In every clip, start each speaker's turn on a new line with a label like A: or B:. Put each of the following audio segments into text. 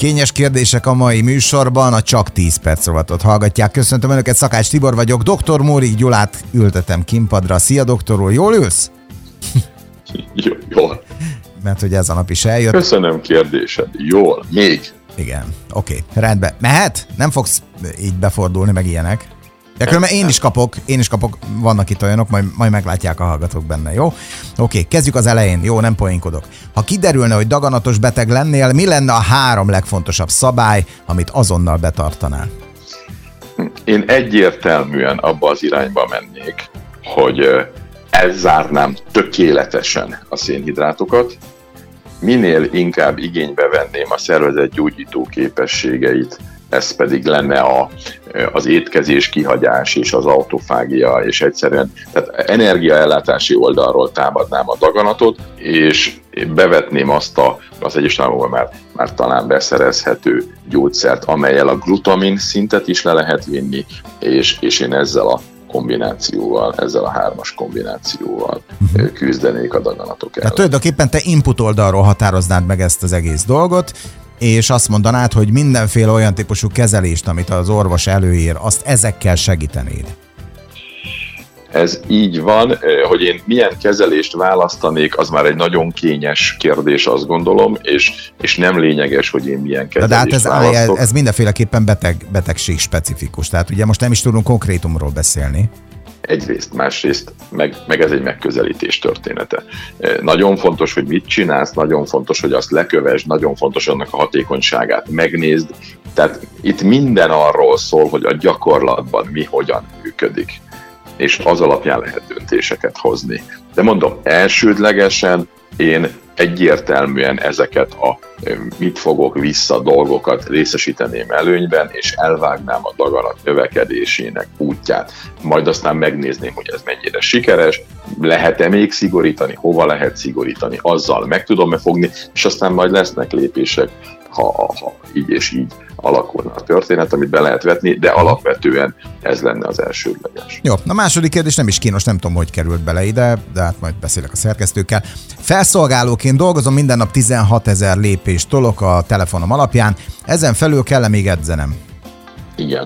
A: Kényes kérdések a mai műsorban, a Csak 10 perc rovatot hallgatják. Köszöntöm Önöket, Szakács Tibor vagyok, Dr. Mórik Gyulát ültetem kimpadra. Szia, doktor úr, jól ülsz?
B: Jól.
A: Mert hogy ez a nap is eljött.
B: Köszönöm kérdésed. Jól. Még.
A: Igen, oké, rendben. Mehet? Nem fogsz így befordulni, meg ilyenek? De különben én is kapok, vannak itt olyanok, majd meglátják a hallgatók benne, jó? Oké, kezdjük az elején, jó, nem poénkodok. Ha kiderülne, hogy daganatos beteg lennél, mi lenne a 3 legfontosabb szabály, amit azonnal betartanál?
B: Én egyértelműen abba az irányba mennék, hogy elzárnám tökéletesen a szénhidrátokat, minél inkább igénybe venném a szervezet gyógyító képességeit, ez pedig lenne az étkezés kihagyás és az autofágia, és egyszerűen tehát energiaellátási oldalról támadnám a daganatot, és bevetném azt az egyes államokban már talán beszerezhető gyógyszert, amellyel a glutamin szintet is le lehet vinni, és én ezzel a 3-as kombinációval küzdenék a daganatok ellen.
A: Tehát tulajdonképpen te input oldalról határoznád meg ezt az egész dolgot, és azt mondanád, hogy mindenféle olyan típusú kezelést, amit az orvos előír, azt ezekkel segítenéd.
B: Ez így van, hogy én milyen kezelést választanék, az már egy nagyon kényes kérdés, azt gondolom, és nem lényeges, hogy én milyen kezelést választok.
A: Ez mindenféleképpen betegség specifikus, tehát ugye most nem is tudunk konkrétumról beszélni.
B: Egyrészt, másrészt, meg ez egy megközelítés története. Nagyon fontos, hogy mit csinálsz, nagyon fontos, hogy azt lekövesd, nagyon fontos annak a hatékonyságát megnézd. Tehát itt minden arról szól, hogy a gyakorlatban mi hogyan működik, és az alapján lehet döntéseket hozni. De mondom, elsődlegesen én egyértelműen ezeket a mit fogok vissza dolgokat részesíteném előnyben, és elvágnám a daganat növekedésének útját. Majd aztán megnézném, hogy ez mennyire sikeres, lehet-e még szigorítani, hova lehet szigorítani, azzal meg tudom-e fogni, és aztán majd lesznek lépések, ha így és így alakulna a történet, amit be lehet vetni, de alapvetően ez lenne az elsődleges.
A: Jó, a második kérdés nem is kínos, nem tudom, hogy került bele ide, de hát majd beszélek a szerkesztőkkel. Felszolgálóként dolgozom, minden nap 16 000 lépést tolok a telefonom alapján, ezen felül kell még edzenem?
B: Igen.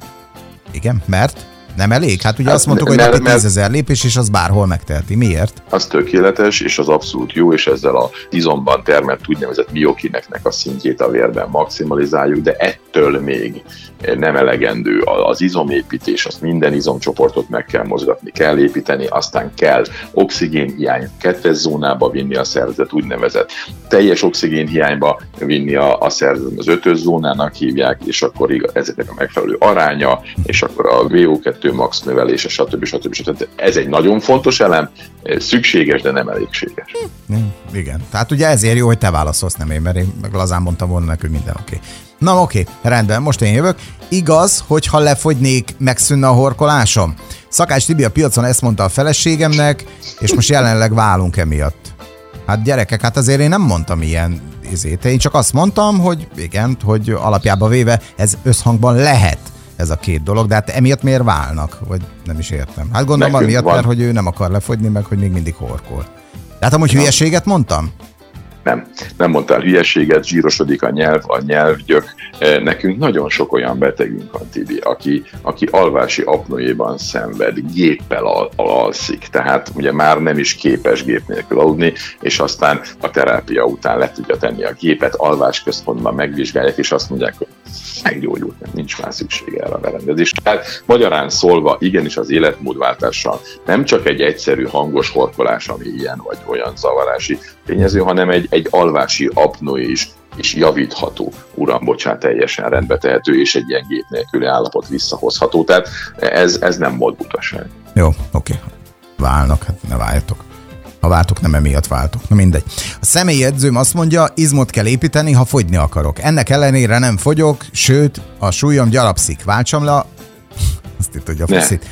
A: Igen, mert? Nem elég? Hát ugye azt mondtuk, hogy napi 10 000 lépés, és az bárhol megteheti. Miért?
B: Az tökéletes, és az abszolút jó, és ezzel a izomban termett úgynevezett biokineknek a szintjét a vérben maximalizáljuk, de ettől még nem elegendő. Az izomépítés, azt minden izomcsoportot meg kell mozgatni, kell építeni, aztán kell oxigénhiány 2. zónába vinni a szervezet, úgynevezett teljes oxigénhiányba vinni a szervezet, az 5. zónának hívják, és akkor ezeknek a megfelelő aránya, és akkor a VO2 max növelése, stb. Ez egy nagyon fontos elem, szükséges, de nem elégséges.
A: Igen. Tehát ugye ezért jó, hogy te válaszolsz, nem én, mert én meg lazán mondtam volna neki, hogy minden oké. Na oké, rendben, most én jövök. Igaz, hogy ha lefogynék, megszűnne a horkolásom? Szakács Tibi a piacon ezt mondta a feleségemnek, és most jelenleg válunk emiatt. Hát gyerekek, hát azért én nem mondtam ilyen izét. Én csak azt mondtam, hogy igen, hogy alapjában véve ez összhangban lehet ez a két dolog, de hát emiatt miért válnak? Vagy nem is értem. Hát gondolom amiatt, mert hogy ő nem akar lefogyni, meg hogy még mindig horkol. Tehát amúgy hülyeséget mondtam?
B: Nem mondtál hülyeséget, zsírosodik a nyelv, a nyelvgyök. Nekünk nagyon sok olyan betegünk van, Tibi, aki alvási apnoéban szenved, géppel alszik, tehát ugye már nem is képes gép nélkül aludni, és aztán a terápia után le tudja tenni a gépet, alvásközpontban megvizsgálják, és azt mondják, hogy meggyógyult, nincs már szüksége erre a berendezésre. Tehát magyarán szólva, igenis az életmódváltással nem csak egy egyszerű hangos horkolás, ami ilyen vagy olyan zavarási tényező, hanem egy alvási apnoé is javítható, uram, bocsánat, teljesen rendbe tehető, és egy ilyen gép nélküli állapot visszahozható. Tehát ez nem módbutaság.
A: Jó, oké. Válnak, hát ne váljatok. Ha váltok, nem emiatt váltok. Na mindegy. A személyi edzőm azt mondja, izmot kell építeni, ha fogyni akarok. Ennek ellenére nem fogyok, sőt, a súlyom gyarapszik. Váltsam le azt itt tudja a faszit.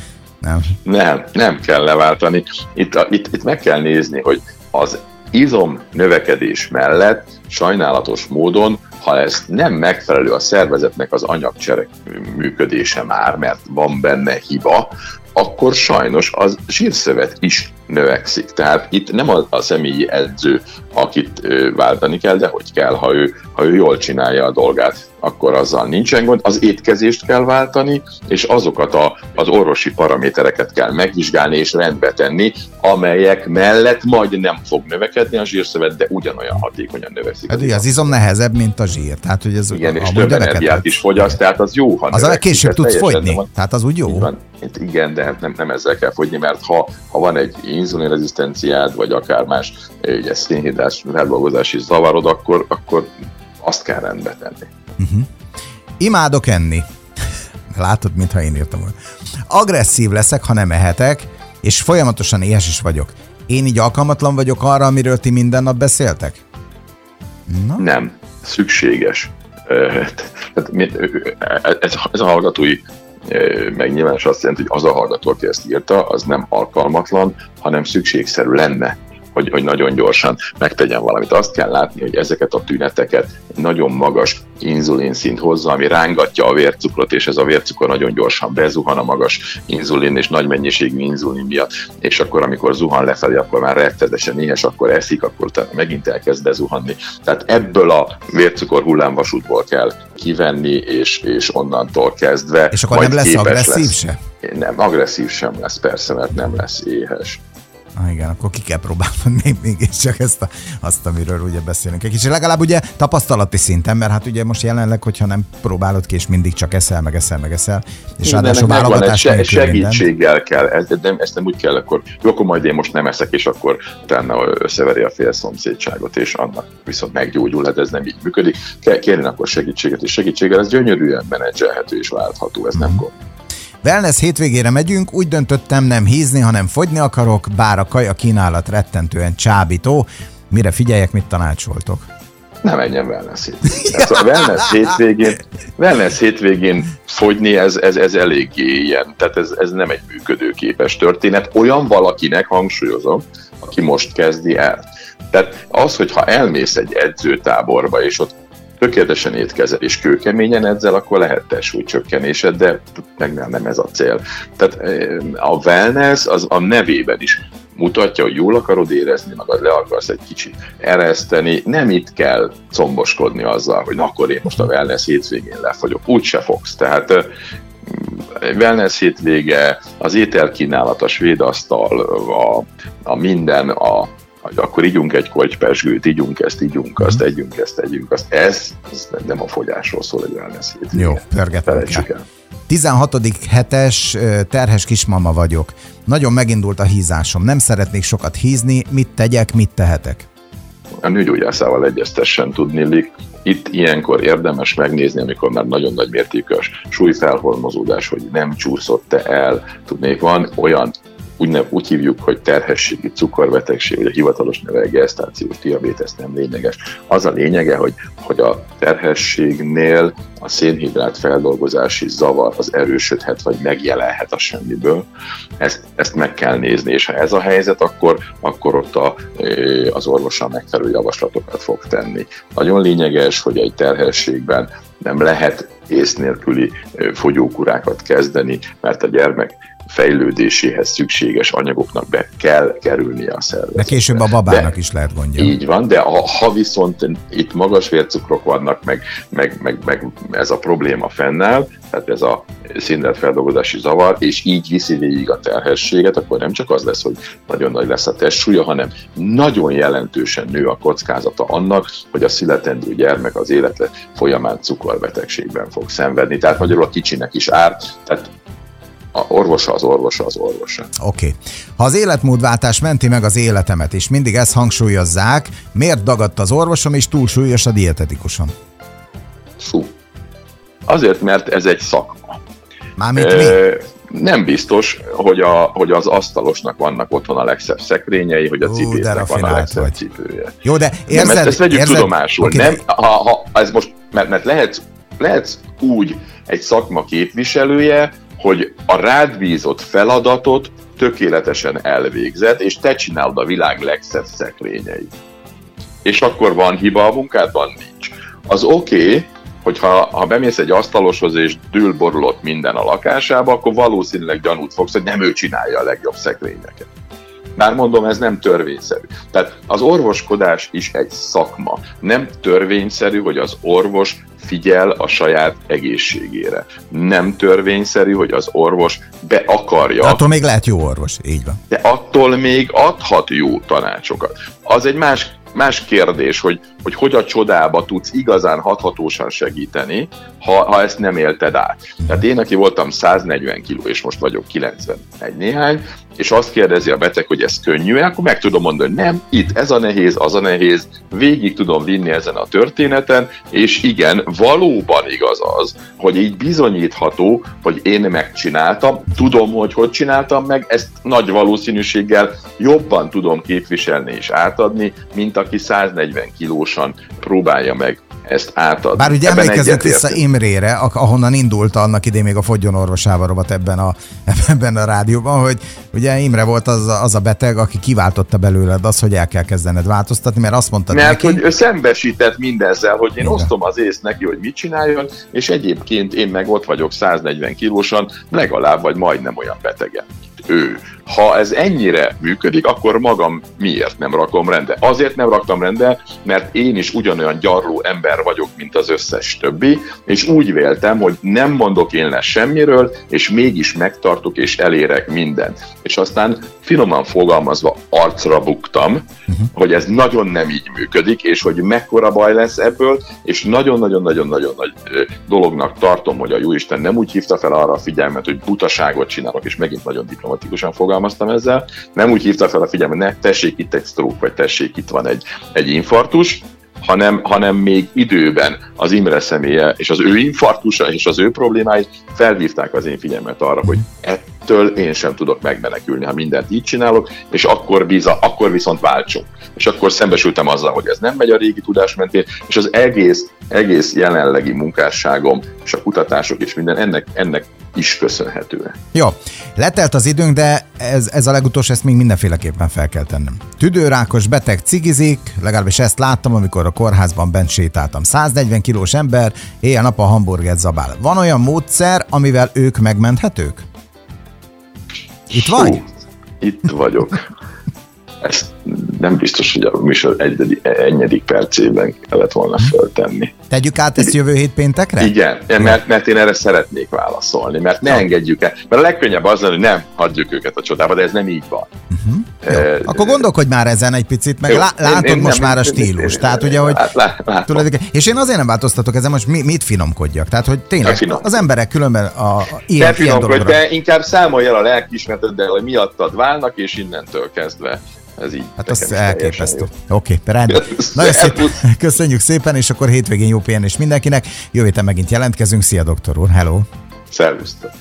B: Nem kell leváltani. Itt meg kell nézni, hogy az izom növekedés mellett sajnálatos módon ha ez nem megfelelő a szervezetnek az anyagcsere működése már, mert van benne hiba, akkor sajnos az zsírszövet is növekszik. Tehát itt nem a személyi edző, akit váltani kell, de hogy kell, ha ő jól csinálja a dolgát, akkor azzal nincsen gond. Az étkezést kell váltani, és azokat az orvosi paramétereket kell megvizsgálni és rendbe tenni, amelyek mellett majd nem fog növekedni a zsírszövet, de ugyanolyan hatékonyan növekszik.
A: Hát az izom nehezebb, mint a zsír. Tehát, hogy ez
B: igen, és több energiát is fogyaszt, tehát az jó, ha
A: az később tudsz fogyni, tehát az úgy jó.
B: Igen, de nem ezzel kell fogyni, mert ha van egy inzulinrezisztenciád, vagy akár más szénhidrát feldolgozási zavarod, akkor azt kell rendbe tenni.
A: Imádok enni. Látod, mintha én írtam volna. Agresszív leszek, ha nem ehetek, és folyamatosan éhes is vagyok. Én így alkalmatlan vagyok arra, amiről ti minden nap beszéltek?
B: Na? Nem. Szükséges. Ez a hallgatói megnyilvánulás azt jelenti, hogy az a hallgató, aki ezt írta, az nem alkalmatlan, hanem szükségszerű lenne, hogy nagyon gyorsan megtegyen valamit. Azt kell látni, hogy ezeket a tüneteket nagyon magas inzulinszint hozza, ami rángatja a vércukrot, és ez a vércukor nagyon gyorsan bezuhan a magas inzulin és nagy mennyiségű inzulin miatt, és akkor, amikor zuhan lefelé, akkor már rettenetesen éhes, akkor eszik, akkor utána megint elkezd bezuhanni. Tehát ebből a vércukor hullámvasútból kell kivenni, és onnantól kezdve
A: és akkor nem lesz agresszív se?
B: Nem, agresszív sem lesz, persze, mert nem lesz éhes.
A: Igen, akkor ki kell próbálni mégiscsak azt, amiről ugye beszélünk. Egy kicsit legalább ugye tapasztalati szinten, mert hát ugye most jelenleg, hogyha nem próbálod ki, és mindig csak eszel, és ráadásul válogatás
B: segítséggel kell, ezt nem úgy kell, akkor majd én most nem eszek, és akkor utána összeveri a fél szomszédságot, és annak viszont meggyógyul, hát ez nem így működik. Kérni akkor segítséget, és segítséggel ez gyönyörűen menedzselhető és váltható, ez nem gond.
A: Wellness hétvégére megyünk, úgy döntöttem, nem hízni, hanem fogyni akarok, bár a kaja kínálat rettentően csábító. Mire figyeljek, mit tanácsoltok?
B: Ne menjen wellness hétvégén. A wellness hétvégén fogyni, ez eléggé ilyen, tehát ez nem egy működőképes történet. Olyan valakinek, hangsúlyozom, aki most kezdi el. Tehát az, hogyha elmész egy edzőtáborba, és ott tökéletesen étkezel és kőkeményen edzel, akkor lehet testsúlycsökkenésed, de meg nem ez a cél. Tehát a wellness az a nevében is mutatja, hogy jól akarod érezni magad, le akarsz egy kicsit ereszteni, nem itt kell comboskodni azzal, hogy na akkor én most a wellness hétvégén lefogyok, úgyse fogsz. Tehát wellness hétvége, az ételkínálat, a svéd asztal, a minden, hogy akkor ígyunk egy kogypezsgőt, ígyunk ezt, ígyunk azt, együnk azt. Ez nem a fogyásról szól egy wellness hétvégén.
A: Jó, pörgetünk el. 16. hetes terhes kismama vagyok. Nagyon megindult a hízásom. Nem szeretnék sokat hízni. Mit tegyek, mit tehetek?
B: A nőgyógyászával egyeztessen, tudniillik. Itt ilyenkor érdemes megnézni, amikor már nagyon nagy mértékű a súlyfelhalmozódás, hogy nem csúszott-e el. Tudnék, van olyan úgy hívjuk, hogy terhességi cukorbetegség, vagy a hivatalos neve gesztációs diabétesz, nem lényeges. Az a lényege, hogy a terhességnél a szénhidrát feldolgozási zavar az erősödhet, vagy megjelenhet a semmiből. Ezt meg kell nézni, és ha ez a helyzet, akkor ott az orvossal megfelelő javaslatokat fog tenni. Nagyon lényeges, hogy egy terhességben nem lehet ész nélküli fogyókurákat kezdeni, mert a gyermek fejlődéséhez szükséges anyagoknak be kell kerülnie a szervezetbe.
A: De később a babának is lehet gondja.
B: Így van, de ha viszont itt magas vércukrok vannak, meg ez a probléma fennáll, tehát ez a szénhidrátfeldolgozási zavar, és így viszi végig a terhességet, akkor nem csak az lesz, hogy nagyon nagy lesz a testsúlya, hanem nagyon jelentősen nő a kockázata annak, hogy a születendő gyermek az élete folyamán cukorbetegségben fog szenvedni. Tehát magyarul a kicsinek is árt, tehát a orvosa az orvosa.
A: Oké. Ha az életmódváltás menti meg az életemet, és mindig ezt hangsúlyozzák, miért dagadt az orvosom, és túl súlyos a dietetikusom?
B: Azért, mert ez egy szakma.
A: Mármint mi?
B: Nem biztos, hogy az asztalosnak vannak otthon a legszebb szekrényei, hogy a cipésznek van a legszebb cipője.
A: Jó, de érzed?
B: Ezt vegyük tudomásul. Okay, nem, ha ez most, mert lehetsz úgy egy szakma képviselője, hogy a rád bízott feladatot tökéletesen elvégzed, és te csinálod a világ legszebb szekrényeit. És akkor van hiba a munkádban? Nincs. az oké, hogyha bemész egy asztaloshoz és dűlborulott minden a lakásába, akkor valószínűleg gyanút fogsz, hogy nem ő csinálja a legjobb szekrényeket. Bár mondom, ez nem törvényszerű. Tehát az orvoskodás is egy szakma. Nem törvényszerű, hogy az orvos figyel a saját egészségére. Nem törvényszerű, hogy az orvos be akarja.
A: De attól még lehet jó orvos, így van.
B: De attól még adhat jó tanácsokat. Az egy más kérdés, hogy a csodába tudsz igazán hathatósan segíteni, ha ezt nem élted át. Tehát én, aki voltam 140 kg, és most vagyok 91 néhány, és azt kérdezi a beteg, hogy ez könnyű-e, akkor meg tudom mondani, hogy nem, itt ez a nehéz, az a nehéz, végig tudom vinni ezen a történeten, és igen, valóban igaz az, hogy így bizonyítható, hogy én megcsináltam, tudom, hogy csináltam meg, ezt nagy valószínűséggel jobban tudom képviselni és átadni, mint aki 140 kilósan próbálja meg ezt átadni.
A: Bár ugye emlékezzünk vissza Imrére, ahonnan indult annak idején még a Fogjon orvosával rovat ebben a rádióban, hogy ugye Imre volt az a beteg, aki kiváltotta belőled azt, hogy el kell kezdened változtatni, mert azt mondtad
B: mert
A: neki...
B: hogy ő szembesített mindezzel, hogy én osztom az észt neki, hogy mit csináljon, és egyébként én meg ott vagyok 140 kilósan, legalább vagy majdnem olyan betegen, mint ő. Ha ez ennyire működik, akkor magam miért nem rakom rendbe? Azért nem raktam rendbe, mert én is ugyanolyan gyarló ember vagyok, mint az összes többi, és úgy véltem, hogy nem mondok én le semmiről, és mégis megtartok és elérek mindent. És aztán finoman fogalmazva arcra buktam, hogy ez nagyon nem így működik, és hogy mekkora baj lesz ebből, és nagyon-nagyon-nagyon-nagyon nagy dolognak tartom, hogy a Jóisten nem úgy hívta fel arra a figyelmet, hogy butaságot csinálok, és megint nagyon diplomatikusan fogalmaztam ezzel, nem úgy hívta fel a figyelmet, ne tessék itt egy stroke, vagy tessék itt van egy infarktus, hanem még időben az Imre személye és az ő infarktusa és az ő problémái felhívták az én figyelmet arra, hogy ettől én sem tudok megmenekülni, ha mindent így csinálok, és akkor viszont váltsunk. És akkor szembesültem azzal, hogy ez nem megy a régi tudás mentén, és az egész jelenlegi munkásságom és a kutatások és minden ennek is köszönhető.
A: Jó, letelt az időnk, de ez a legutolsó, ezt még mindenféleképpen fel kell tennem. Tüdőrákos beteg cigizik, legalábbis ezt láttam, amikor a kórházban bent sétáltam. 140 kilós ember, éjjel-nap a hamburgert zabál. Van olyan módszer, amivel ők megmenthetők? Itt vagy?
B: Itt vagyok. Ezt nem biztos, hogy a műsor egyedik percében kellett volna föltenni.
A: Tegyük át ezt jövő hét péntekre?
B: Igen, mert én erre szeretnék válaszolni, mert ne engedjük el. Mert a legkönnyebb az, hogy nem hagyjuk őket a csodába, de ez nem így van.
A: Akkor gondolkodj már ezen egy picit, meg látod most már a stílus. Tehát ugye, hogy és én azért nem változtatok ezen, most mit finomkodjak. Tehát, hogy tényleg az emberek különben ilyen dologra.
B: De inkább számolj el a lelkiismereteddel, hogy miattad válnak, és innentől kezdve ez így.
A: Hát az elképesztő. Oké, rendben. Nagyon szépen köszönjük szépen, és akkor hétvégén jó pihenést mindenkinek. Jövő héten megint jelentkezünk. Szia, doktor úr. Hello.
B: Szervusztok.